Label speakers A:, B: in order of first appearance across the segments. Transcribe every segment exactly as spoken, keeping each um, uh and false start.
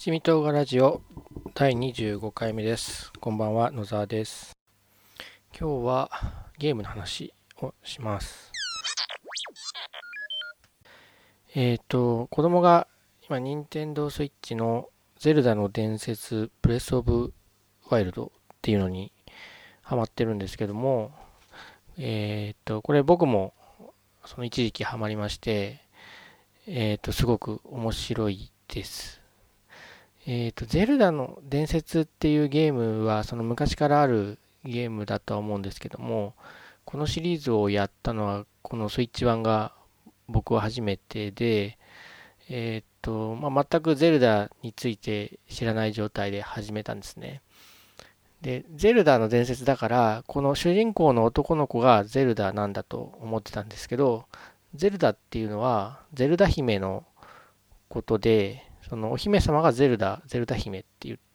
A: 七味唐辛ラジオだいにじゅうごかいめです。こんばんは、野沢です。今日はゲームの話をします。えっ、ー、と、子供が今、任天堂スイッチのゼルダの伝説ブレスオブワイルドっていうのにハマってるんですけども、えっ、ー、と、これ僕もその一時期ハマりまして、えっ、ー、と、すごく面白いです。えっと、ゼルダの伝説っていうゲームは、その昔からあるゲームだとは思うんですけども、このシリーズをやったのは、このスイッチ版が僕は初めてで、えっと、まあ、全くゼルダについて知らない状態で始めたんですね。で、ゼルダの伝説だから、この主人公の男の子がゼルダなんだと思ってたんですけど、ゼルダっていうのは、ゼルダ姫のことで、そのお姫様がゼルダ、ゼルダ姫って言って、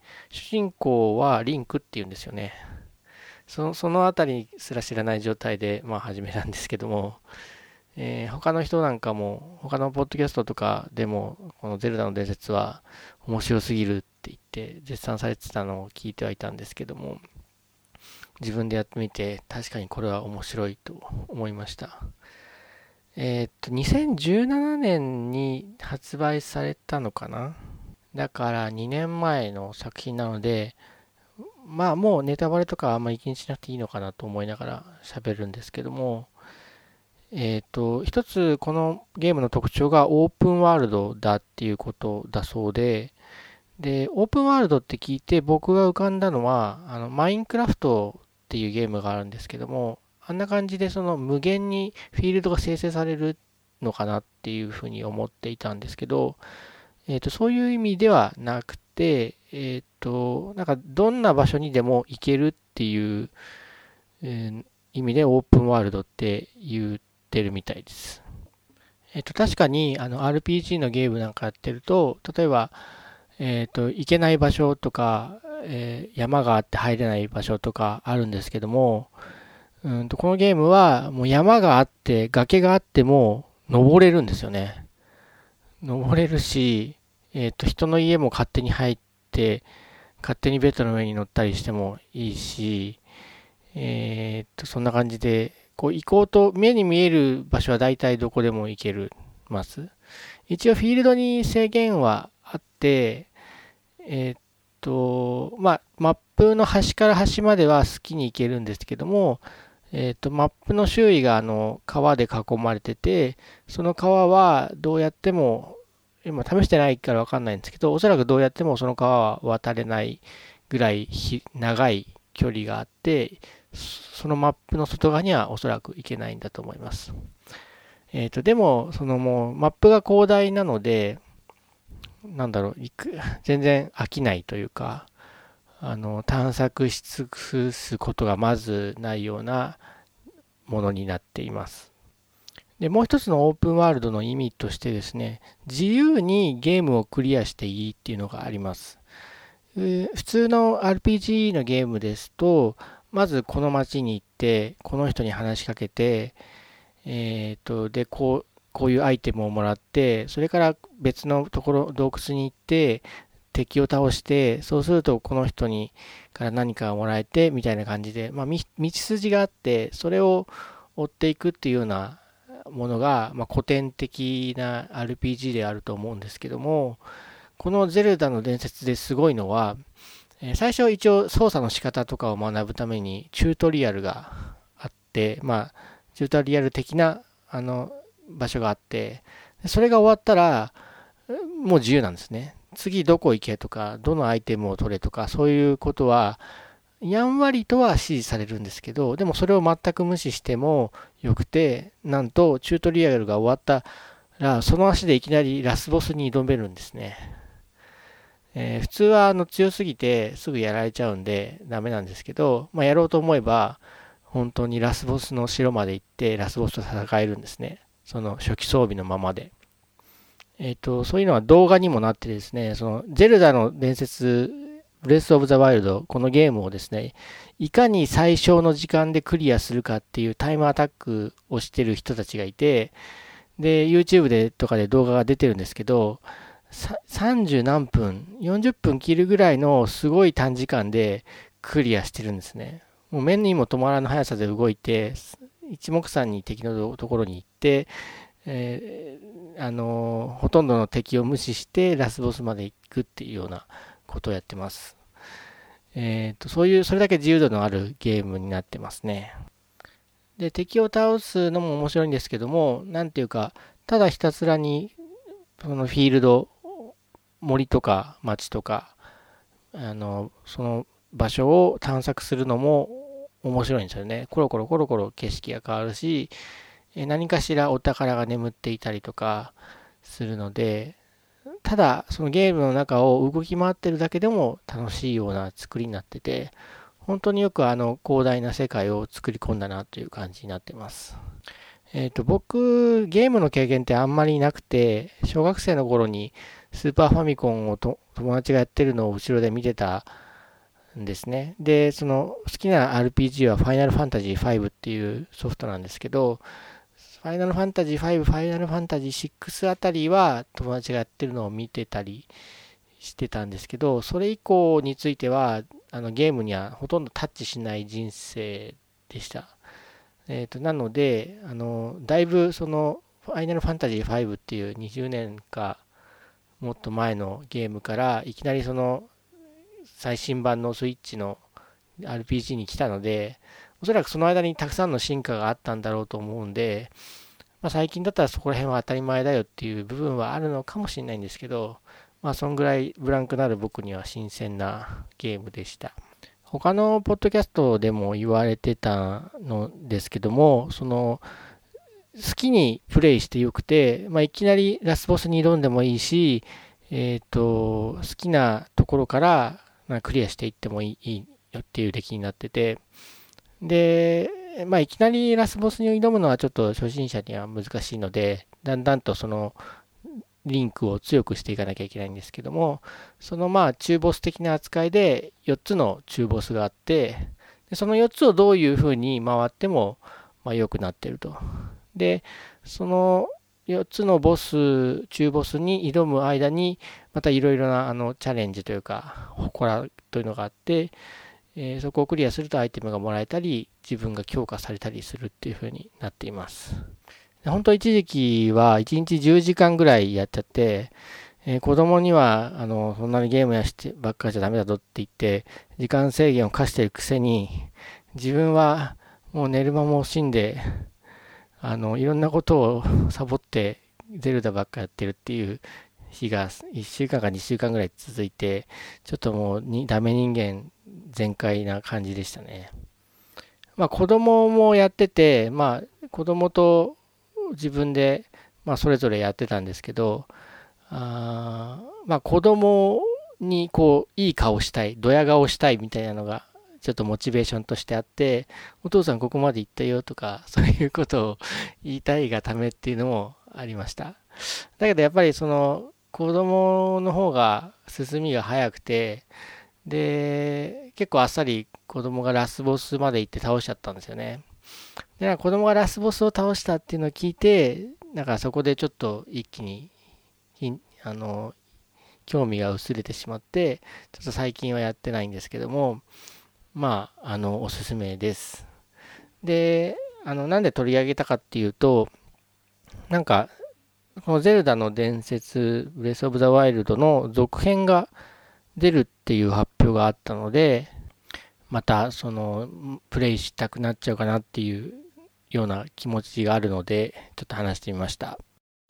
A: 主人公はリンクって言うんですよね。その、そのあたりすら知らない状態で、まあ始めたんですけども、えー、他の人なんかも、他のポッドキャストとかでも、このゼルダの伝説は面白すぎるって言って絶賛されてたのを聞いてはいたんですけども、自分でやってみて、確かにこれは面白いと思いました。えーっと、にせんじゅうななねんに発売されたのかな。だからにねんまえの作品なので、まあもうネタバレとかあんまり気にしなくていいのかなと思いながら喋るんですけども、えーっと、一つこのゲームの特徴がオープンワールドだっていうことだそうで、で、オープンワールドって聞いて僕が浮かんだのは、あの、マインクラフトっていうゲームがあるんですけども、あんな感じでその無限にフィールドが生成されるのかなっていうふうに思っていたんですけど、えっと、そういう意味ではなくて、えっと、なんかどんな場所にでも行けるっていう、えー意味でオープンワールドって言ってるみたいです。えっと、確かにあの アールピージー のゲームなんかやってると、例えば、えっと、行けない場所とか、えー山があって入れない場所とかあるんですけども、うんと、このゲームはもう山があって崖があっても登れるんですよね。登れるし、えっと、人の家も勝手に入って勝手にベッドの上に乗ったりしてもいいし、えっと、そんな感じで、こう行こうと目に見える場所は大体どこでも行けるます。一応フィールドに制限はあって、えっと、まあ、マップの端から端までは好きに行けるんですけども、えっと、マップの周囲があの川で囲まれてて、その川はどうやっても、今試してないからわかんないんですけど、おそらくどうやってもその川は渡れないぐらい長い距離があって、そのマップの外側にはおそらく行けないんだと思います。えっと、でも、そのもうマップが広大なので、なんだろう、行く、全然飽きないというか、あの、探索し尽くすことがまずないようなものになっています。で、もう一つのオープンワールドの意味としてですね、自由にゲームをクリアしていいっていうのがあります。普通の アールピージー のゲームですと、まずこの街に行って、この人に話しかけて、えっと、で、こう、こういうアイテムをもらって、それから別のところ、洞窟に行って、敵を倒して、そうするとこの人にから何かをもらえて、みたいな感じで、まあ、道筋があって、それを追っていくっていうようなものが、まあ、古典的な アールピージー であると思うんですけども、このゼルダの伝説ですごいのは、最初一応操作の仕方とかを学ぶためにチュートリアルがあって、まあ、チュートリアル的なあの場所があって、それが終わったら、もう自由なんですね。次どこ行けとか、どのアイテムを取れとか、そういうことは、やんわりとは指示されるんですけど、でもそれを全く無視してもよくて、なんとチュートリアルが終わったら、その足でいきなりラスボスに挑めるんですね。えー、普通はあの強すぎてすぐやられちゃうんでダメなんですけど、まあ、やろうと思えば、本当にラスボスの城まで行ってラスボスと戦えるんですね。その初期装備のままで。えっと、そういうのは動画にもなってですね、そのゼルダの伝説、ブレスオブザワイルド、このゲームをですね、いかに最小の時間でクリアするかっていうタイムアタックをしてる人たちがいて、で、YouTube でとかで動画が出てるんですけど、 さんじゅう何分、よんじゅっぷん切るぐらいのすごい短時間でクリアしてるんですね。もう目にも止まらぬ速さで動いて、一目散に敵のところに行って、えー、あのーほとんどの敵を無視してラスボスまで行くっていうようなことをやってます。えーと、そういう、それだけ自由度のあるゲームになってますね。で、敵を倒すのも面白いんですけども、なんていうか、ただひたすらに、そのフィールド、森とか街とか、あの、その場所を探索するのも面白いんですよね。コロコロコロコロ景色が変わるし、何かしらお宝が眠っていたりとかするので、ただそのゲームの中を動き回ってるだけでも楽しいような作りになってて、本当によくあの広大な世界を作り込んだなという感じになってます。えっと、僕、ゲームの経験ってあんまりなくて、小学生の頃にスーパーファミコンをと友達がやってるのを後ろで見てたんですね。で、その好きな アールピージー はファイナルファンタジーファイブっていうソフトなんですけど、ファイナルファンタジーファイブ、ファイナルファンタジーシックスあたりは友達がやってるのを見てたりしてたんですけど、それ以降についてはあのゲームにはほとんどタッチしない人生でした。えーと、なので、あの、だいぶその、ファイナルファンタジーファイブっていうにじゅうねんかもっと前のゲームから、いきなりその、最新版のスイッチの アールピージー に来たので、おそらくその間にたくさんの進化があったんだろうと思うんで、まあ、最近だったらそこら辺は当たり前だよっていう部分はあるのかもしれないんですけど、まあ、そんぐらいブランクなる僕には新鮮なゲームでした。他のポッドキャストでも言われてたのですけども、その好きにプレイしてよくて、まあ、いきなりラスボスに挑んでもいいし、えっと、好きなところから、まあ、クリアしていってもいいよっていう出来になってて、で、まあ、いきなりラスボスに挑むのはちょっと初心者には難しいので、だんだんとそのリンクを強くしていかなきゃいけないんですけども、そのまあ中ボス的な扱いでよっつの中ボスがあって、でそのよっつをどういう風に回ってもまあ良くなってると。で、そのよっつのボス、中ボスに挑む間に、またいろいろなあのチャレンジというか、祠というのがあって、えーそこをクリアするとアイテムがもらえたり、自分が強化されたりするっていう風になっています。本当一時期はいちにちじゅうじかんぐらいやっちゃって、えー子供にはあのそんなにゲームやしてばっかりじゃダメだぞって言って時間制限を課してるくせに、自分はもう寝る間も惜しんであのいろんなことをサボってゼルダばっかやってるっていう日がいっしゅうかんかにしゅうかんぐらい続いて、ちょっともうにダメ人間全開な感じでしたね。まあ子供もやってて、まあ子供と自分で、まあ、それぞれやってたんですけど、あまあ子供にこういい顔したい、ドヤ顔したいみたいなのがちょっとモチベーションとしてあって、お父さんここまで行ったよとか、そういうことを言いたいがためっていうのもありました。だけどやっぱりその子供の方が進みが早くて、で、結構あっさり子供がラスボスまで行って倒しちゃったんですよね。で、なんか子供がラスボスを倒したっていうのを聞いて、なんかそこでちょっと一気に、あの、興味が薄れてしまって、ちょっと最近はやってないんですけども、まあ、あの、おすすめです。で、あの、なんで取り上げたかっていうと、なんか、このゼルダの伝説、ブレスオブザワイルドの続編が出るっていう発表があったので、またそのプレイしたくなっちゃうかなっていうような気持ちがあるので、ちょっと話してみました。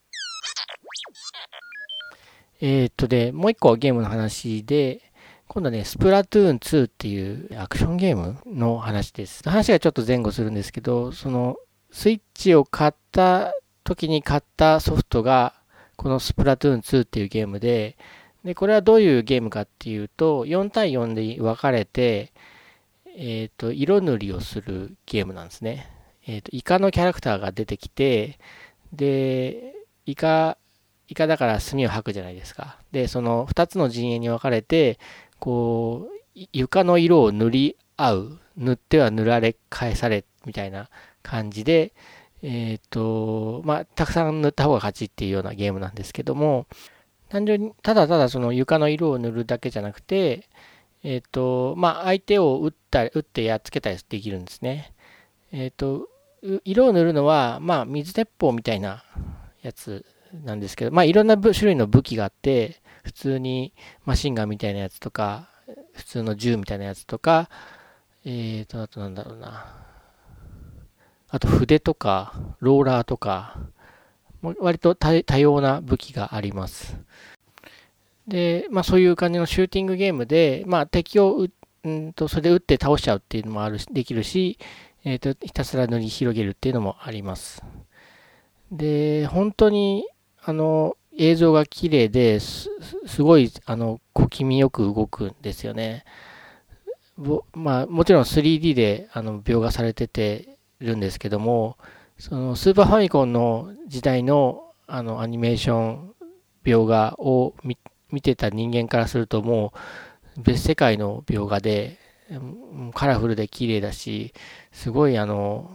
A: えー、っとで、もう一個ゲームの話で、今度ね、スプラトゥーンツーっていうアクションゲームの話です。話がちょっと前後するんですけど、そのスイッチを買った時に買ったソフトが、このスプラトゥーンツーっていうゲームで、で、これはどういうゲームかっていうと、よん対よんで分かれて、えっと、色塗りをするゲームなんですね。えっと、イカのキャラクターが出てきて、で、イカ、イカだから墨を吐くじゃないですか。で、そのふたつの陣営に分かれて、こう、床の色を塗り合う、塗っては塗られ返され、みたいな感じで、えっと、まあ、たくさん塗った方が勝ちっていうようなゲームなんですけども、 単純に、ただただその床の色を塗るだけじゃなくて、えっと、まあ、相手を撃ったり、撃ってやっつけたりできるんですね。えっと、色を塗るのは、まあ、水鉄砲みたいなやつなんですけど、まあ、いろんな種類の武器があって、普通にマシンガンみたいなやつとか、普通の銃みたいなやつとか、えっと、あとなんだろうな。あと筆とか、ローラーとか、割と多様な武器があります。で、まあそういう感じのシューティングゲームで、まあ敵をうんとそれで撃って倒しちゃうっていうのもあるできるし、えっと、ひたすら塗り広げるっていうのもあります。で、本当に、あの、映像が綺麗です、すごい、あの、小気味よく動くんですよね。まあ、もちろん スリーディー であの描画されててるんですけども、そのスーパーファミコンの時代のあのアニメーション描画を 見, 見てた人間からするともう別世界の描画でカラフルで綺麗だし、すごいあの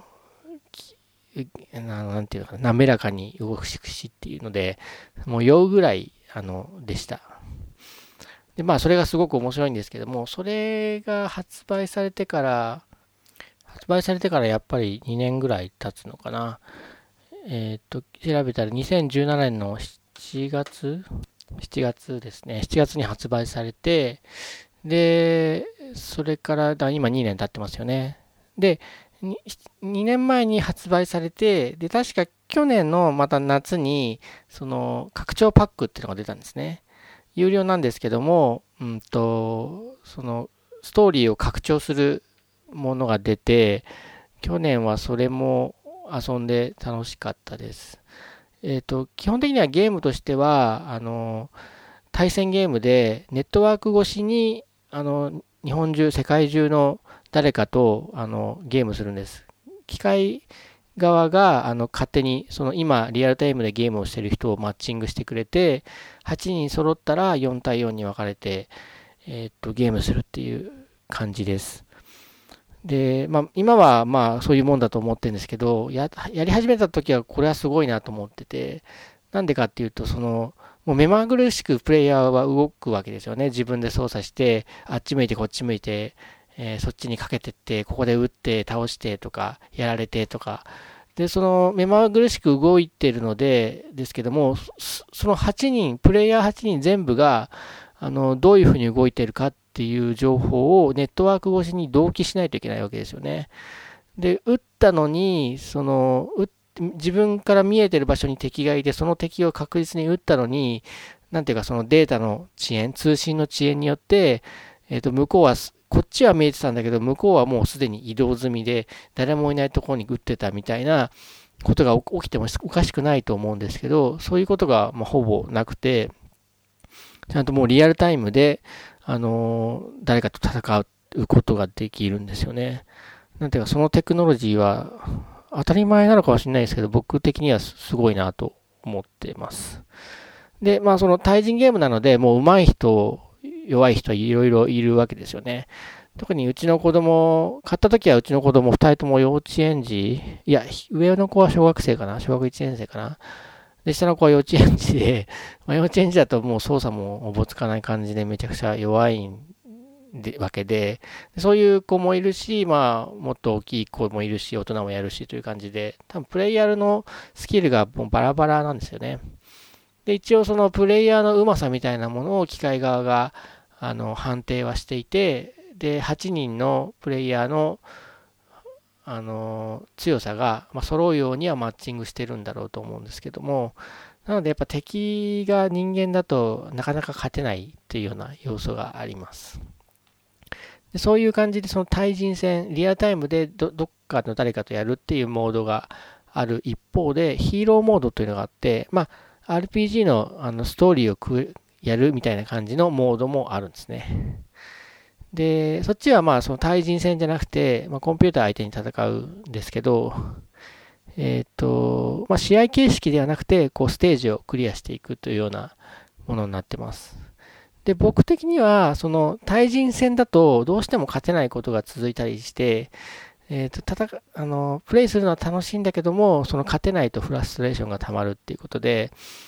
A: なんていうのかな、滑らかに動くしっていうので、もう酔うぐらいあのでした。で、まあ、それがすごく面白いんですけども、それが発売されてから、発売されてからやっぱりにねんぐらい経つのかな。えっと、調べたらにせんじゅうななねんのしちがつ ?しち 月ですね。しちがつに発売されて、で、それからだ今にねん経ってますよね。で、に, にねんまえに発売されて、で、確か去年のまた夏に、その、拡張パックっていうのが出たんですね。有料なんですけども、うんと、その、ストーリーを拡張するものが出て、去年はそれも遊んで楽しかったです。えっと、基本的にはゲームとしては、あの、対戦ゲームで、ネットワーク越しに、あの、日本中、世界中の誰かと、あの、ゲームするんです。機械側があの勝手にその今リアルタイムでゲームをしている人をマッチングしてくれて、はちにん揃ったらよん対よんに分かれて、えー、っとゲームするっていう感じです。で、まあ、今はまあそういうもんだと思ってるんですけど、や、やり始めた時はこれはすごいなと思ってて、なんでかっていうと、その、もう目まぐるしくプレイヤーは動くわけですよね。自分で操作して、あっち向いてこっち向いて、えー、そっちにかけてって、ここで撃って倒してとか、やられてとか。で、その目まぐるしく動いてるので、ですけども、そのはちにん、プレイヤーはちにん全部が、あの、どういうふうに動いてるかっていう情報をネットワーク越しに同期しないといけないわけですよね。で、撃ったのに、その、自分から見えてる場所に敵がいて、その敵を確実に撃ったのに、なんていうかそのデータの遅延、通信の遅延によって、えっと、向こうは、こっちは見えてたんだけど、向こうはもうすでに移動済みで、誰もいないところに撃ってたみたいなことが起きてもおかしくないと思うんですけど、そういうことがまあほぼなくて、ちゃんともうリアルタイムで、あのー、誰かと戦うことができるんですよね。なんていうか、そのテクノロジーは当たり前なのかもしれないですけど、僕的にはすごいなと思ってます。で、まあその対人ゲームなので、もう上手い人、弱い人いろいろいるわけですよね。特にうちの子供、買った時はうちの子供ふたりとも幼稚園児、いや、上の子は小学生かな、小学いちねん生かな。で、下の子は幼稚園児で、まあ、幼稚園児だともう操作もおぼつかない感じでめちゃくちゃ弱いでわけで、そういう子もいるし、まあ、もっと大きい子もいるし、大人もやるしという感じで、多分プレイヤーのスキルがもうバラバラなんですよね。で、一応そのプレイヤーの上手さみたいなものを機械側があの判定はしていて、で、はちにんのプレイヤーのあの強さが、まあ、揃うようにはマッチングしてるんだろうと思うんですけども、なのでやっぱ敵が人間だとなかなか勝てないっていうような要素があります。でそういう感じでその対人戦、リアルタイムで ど, どっかの誰かとやるっていうモードがある一方で、ヒーローモードというのがあって、まあ、アールピージー の, あのストーリーをやるみたいな感じのモードもあるんですね。で、そっちはまあその対人戦じゃなくて、まあ、コンピューター相手に戦うんですけど、えっと、まあ、試合形式ではなくて、こうステージをクリアしていくというようなものになってます。で、僕的には、その対人戦だとどうしても勝てないことが続いたりして、えっと、戦あの、プレイするのは楽しいんだけども、その勝てないとフラストレーションが溜まるっていうことで、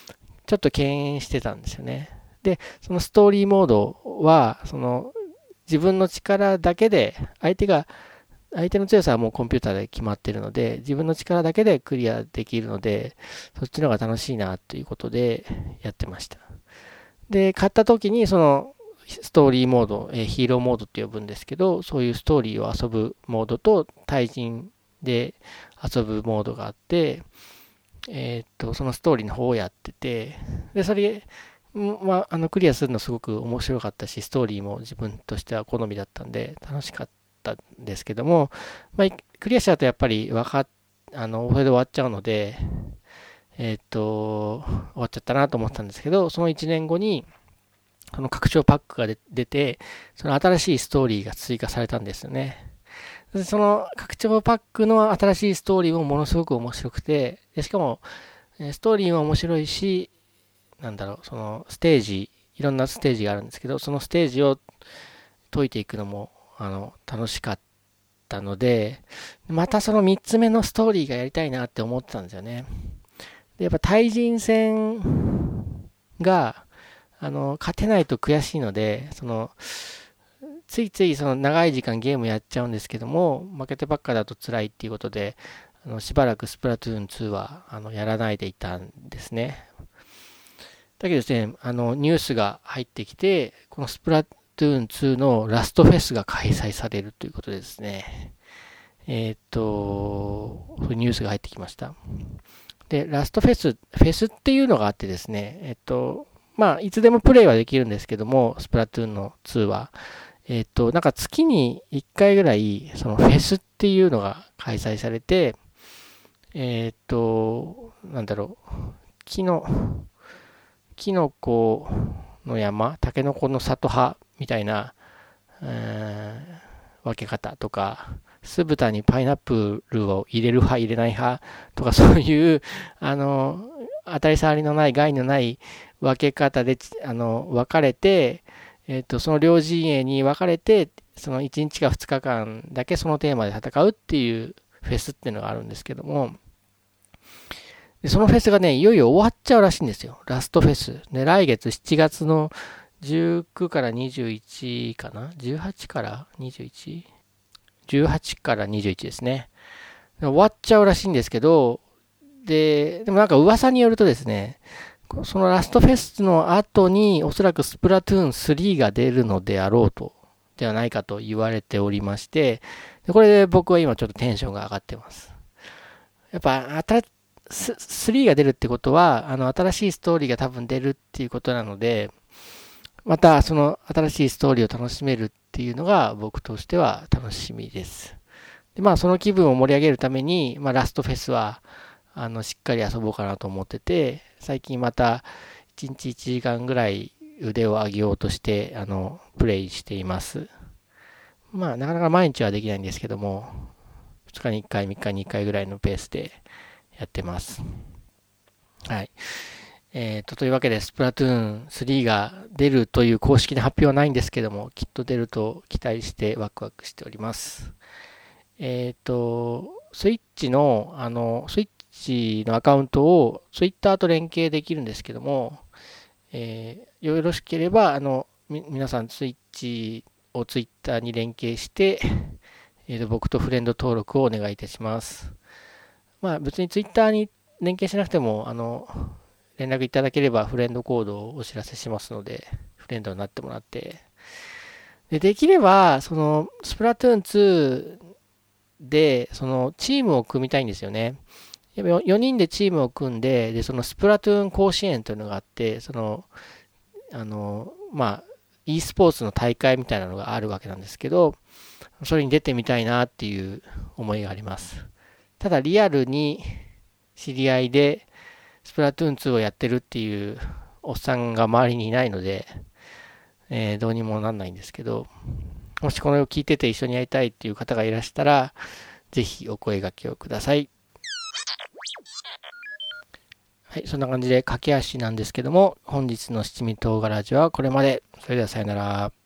A: ちょっと敬遠してたんですよね。で、そのストーリーモードは、その自分の力だけで、相手が、相手の強さはもうコンピューターで決まってるので、自分の力だけでクリアできるので、そっちの方が楽しいなということでやってました。で、買った時にそのストーリーモード、えー、ヒーローモードって呼ぶんですけど、そういうストーリーを遊ぶモードと対人で遊ぶモードがあって、えー、っと、そのストーリーの方をやってて、で、それ、まあ、あの、クリアするのすごく面白かったし、ストーリーも自分としては好みだったんで、楽しかったんですけども、まあ、クリアしちゃうとやっぱりわかっ、あの、それで終わっちゃうので、えー、っと、終わっちゃったなと思ったんですけど、そのいちねんごに、その拡張パックが出て、その新しいストーリーが追加されたんですよね。でその拡張パックの新しいストーリーもものすごく面白くて、でしかも、ストーリーも面白いし、なんだろう、そのステージ、いろんなステージがあるんですけど、そのステージを解いていくのも、あの、楽しかったので、またそのみっつめのストーリーがやりたいなって思ってたんですよね。で、やっぱ対人戦が、あの、勝てないと悔しいので、その、ついついその長い時間ゲームやっちゃうんですけども、負けてばっかだと辛いっていうことで、あのしばらくスプラトゥーンツーはあのやらないでいたんですね。だけどですね、あのニュースが入ってきて、このスプラトゥーンツーのラストフェスが開催されるということでですね、えー、っと、そういうニュースが入ってきました。で、ラストフェス、フェスっていうのがあってですね、えっと、まあ、いつでもプレイはできるんですけども、スプラトゥーンのツーは。えっと、なんか月にいっかいぐらい、そのフェスっていうのが開催されて、えっと、なんだろう、木の、キノコの山、タケノコの里派みたいな、えー、分け方とか、酢豚にパイナップルを入れる派、入れない派とか、そういう、あの、当たり障りのない、害のない分け方で、あの、分かれて、えっと、その両陣営に分かれて、そのいちにちかふつかかんだけそのテーマで戦うっていうフェスっていうのがあるんですけども、でそのフェスがね、いよいよ終わっちゃうらしいんですよ。ラストフェス。で、来月しちがつのじゅうくからにじゅういちかな ?じゅうはち から にじゅういち?じゅうはち からにじゅういちですね。終わっちゃうらしいんですけど、で、でもなんか噂によるとですね、そのラストフェスの後におそらくスプラトゥーンスリーが出るのであろうと、ではないかと言われておりまして、これで僕は今ちょっとテンションが上がってます。やっぱ、スリーが出るってことは、あの、新しいストーリーが多分出るっていうことなので、またその新しいストーリーを楽しめるっていうのが僕としては楽しみです。で、まあその気分を盛り上げるために、まあラストフェスは、あの、しっかり遊ぼうかなと思ってて、最近またいちにちいちじかんぐらい腕を上げようとして、あの、プレイしています。まあなかなか毎日はできないんですけども、ふつかにいっかい、みっかにいっかいぐらいのペースでやってます。はい。えーと、というわけで、スプラトゥーンスリーが出るという公式な発表はないんですけども、きっと出ると期待してワクワクしております。えっと、スイッチの、あの、スイッチのアカウントをツイッターと連携できるんですけども、えー、よろしければ、あの、み皆さんスイッチをツイッターに連携して、えーと、僕とフレンド登録をお願いいたします。まあ別にツイッターに連携しなくても、あの、連絡いただければフレンドコードをお知らせしますので、フレンドになってもらって。で、できれば、その、スプラトゥーンツーで、その、チームを組みたいんですよね。よにんでチームを組んで、で、そのスプラトゥーン甲子園というのがあって、その、あの、まあ、e スポーツの大会みたいなのがあるわけなんですけど、それに出てみたいなっていう思いがあります。ただ、リアルに知り合いで、スプラトゥーンツーをやってるっていうおっさんが周りにいないので、えー、どうにもなんないんですけど、もしこれを聞いてて一緒にやりたいっていう方がいらしたら、ぜひお声掛けをください。はい、そんな感じで駆け足なんですけども、本日の七味唐辛子はこれまで。それではさよなら。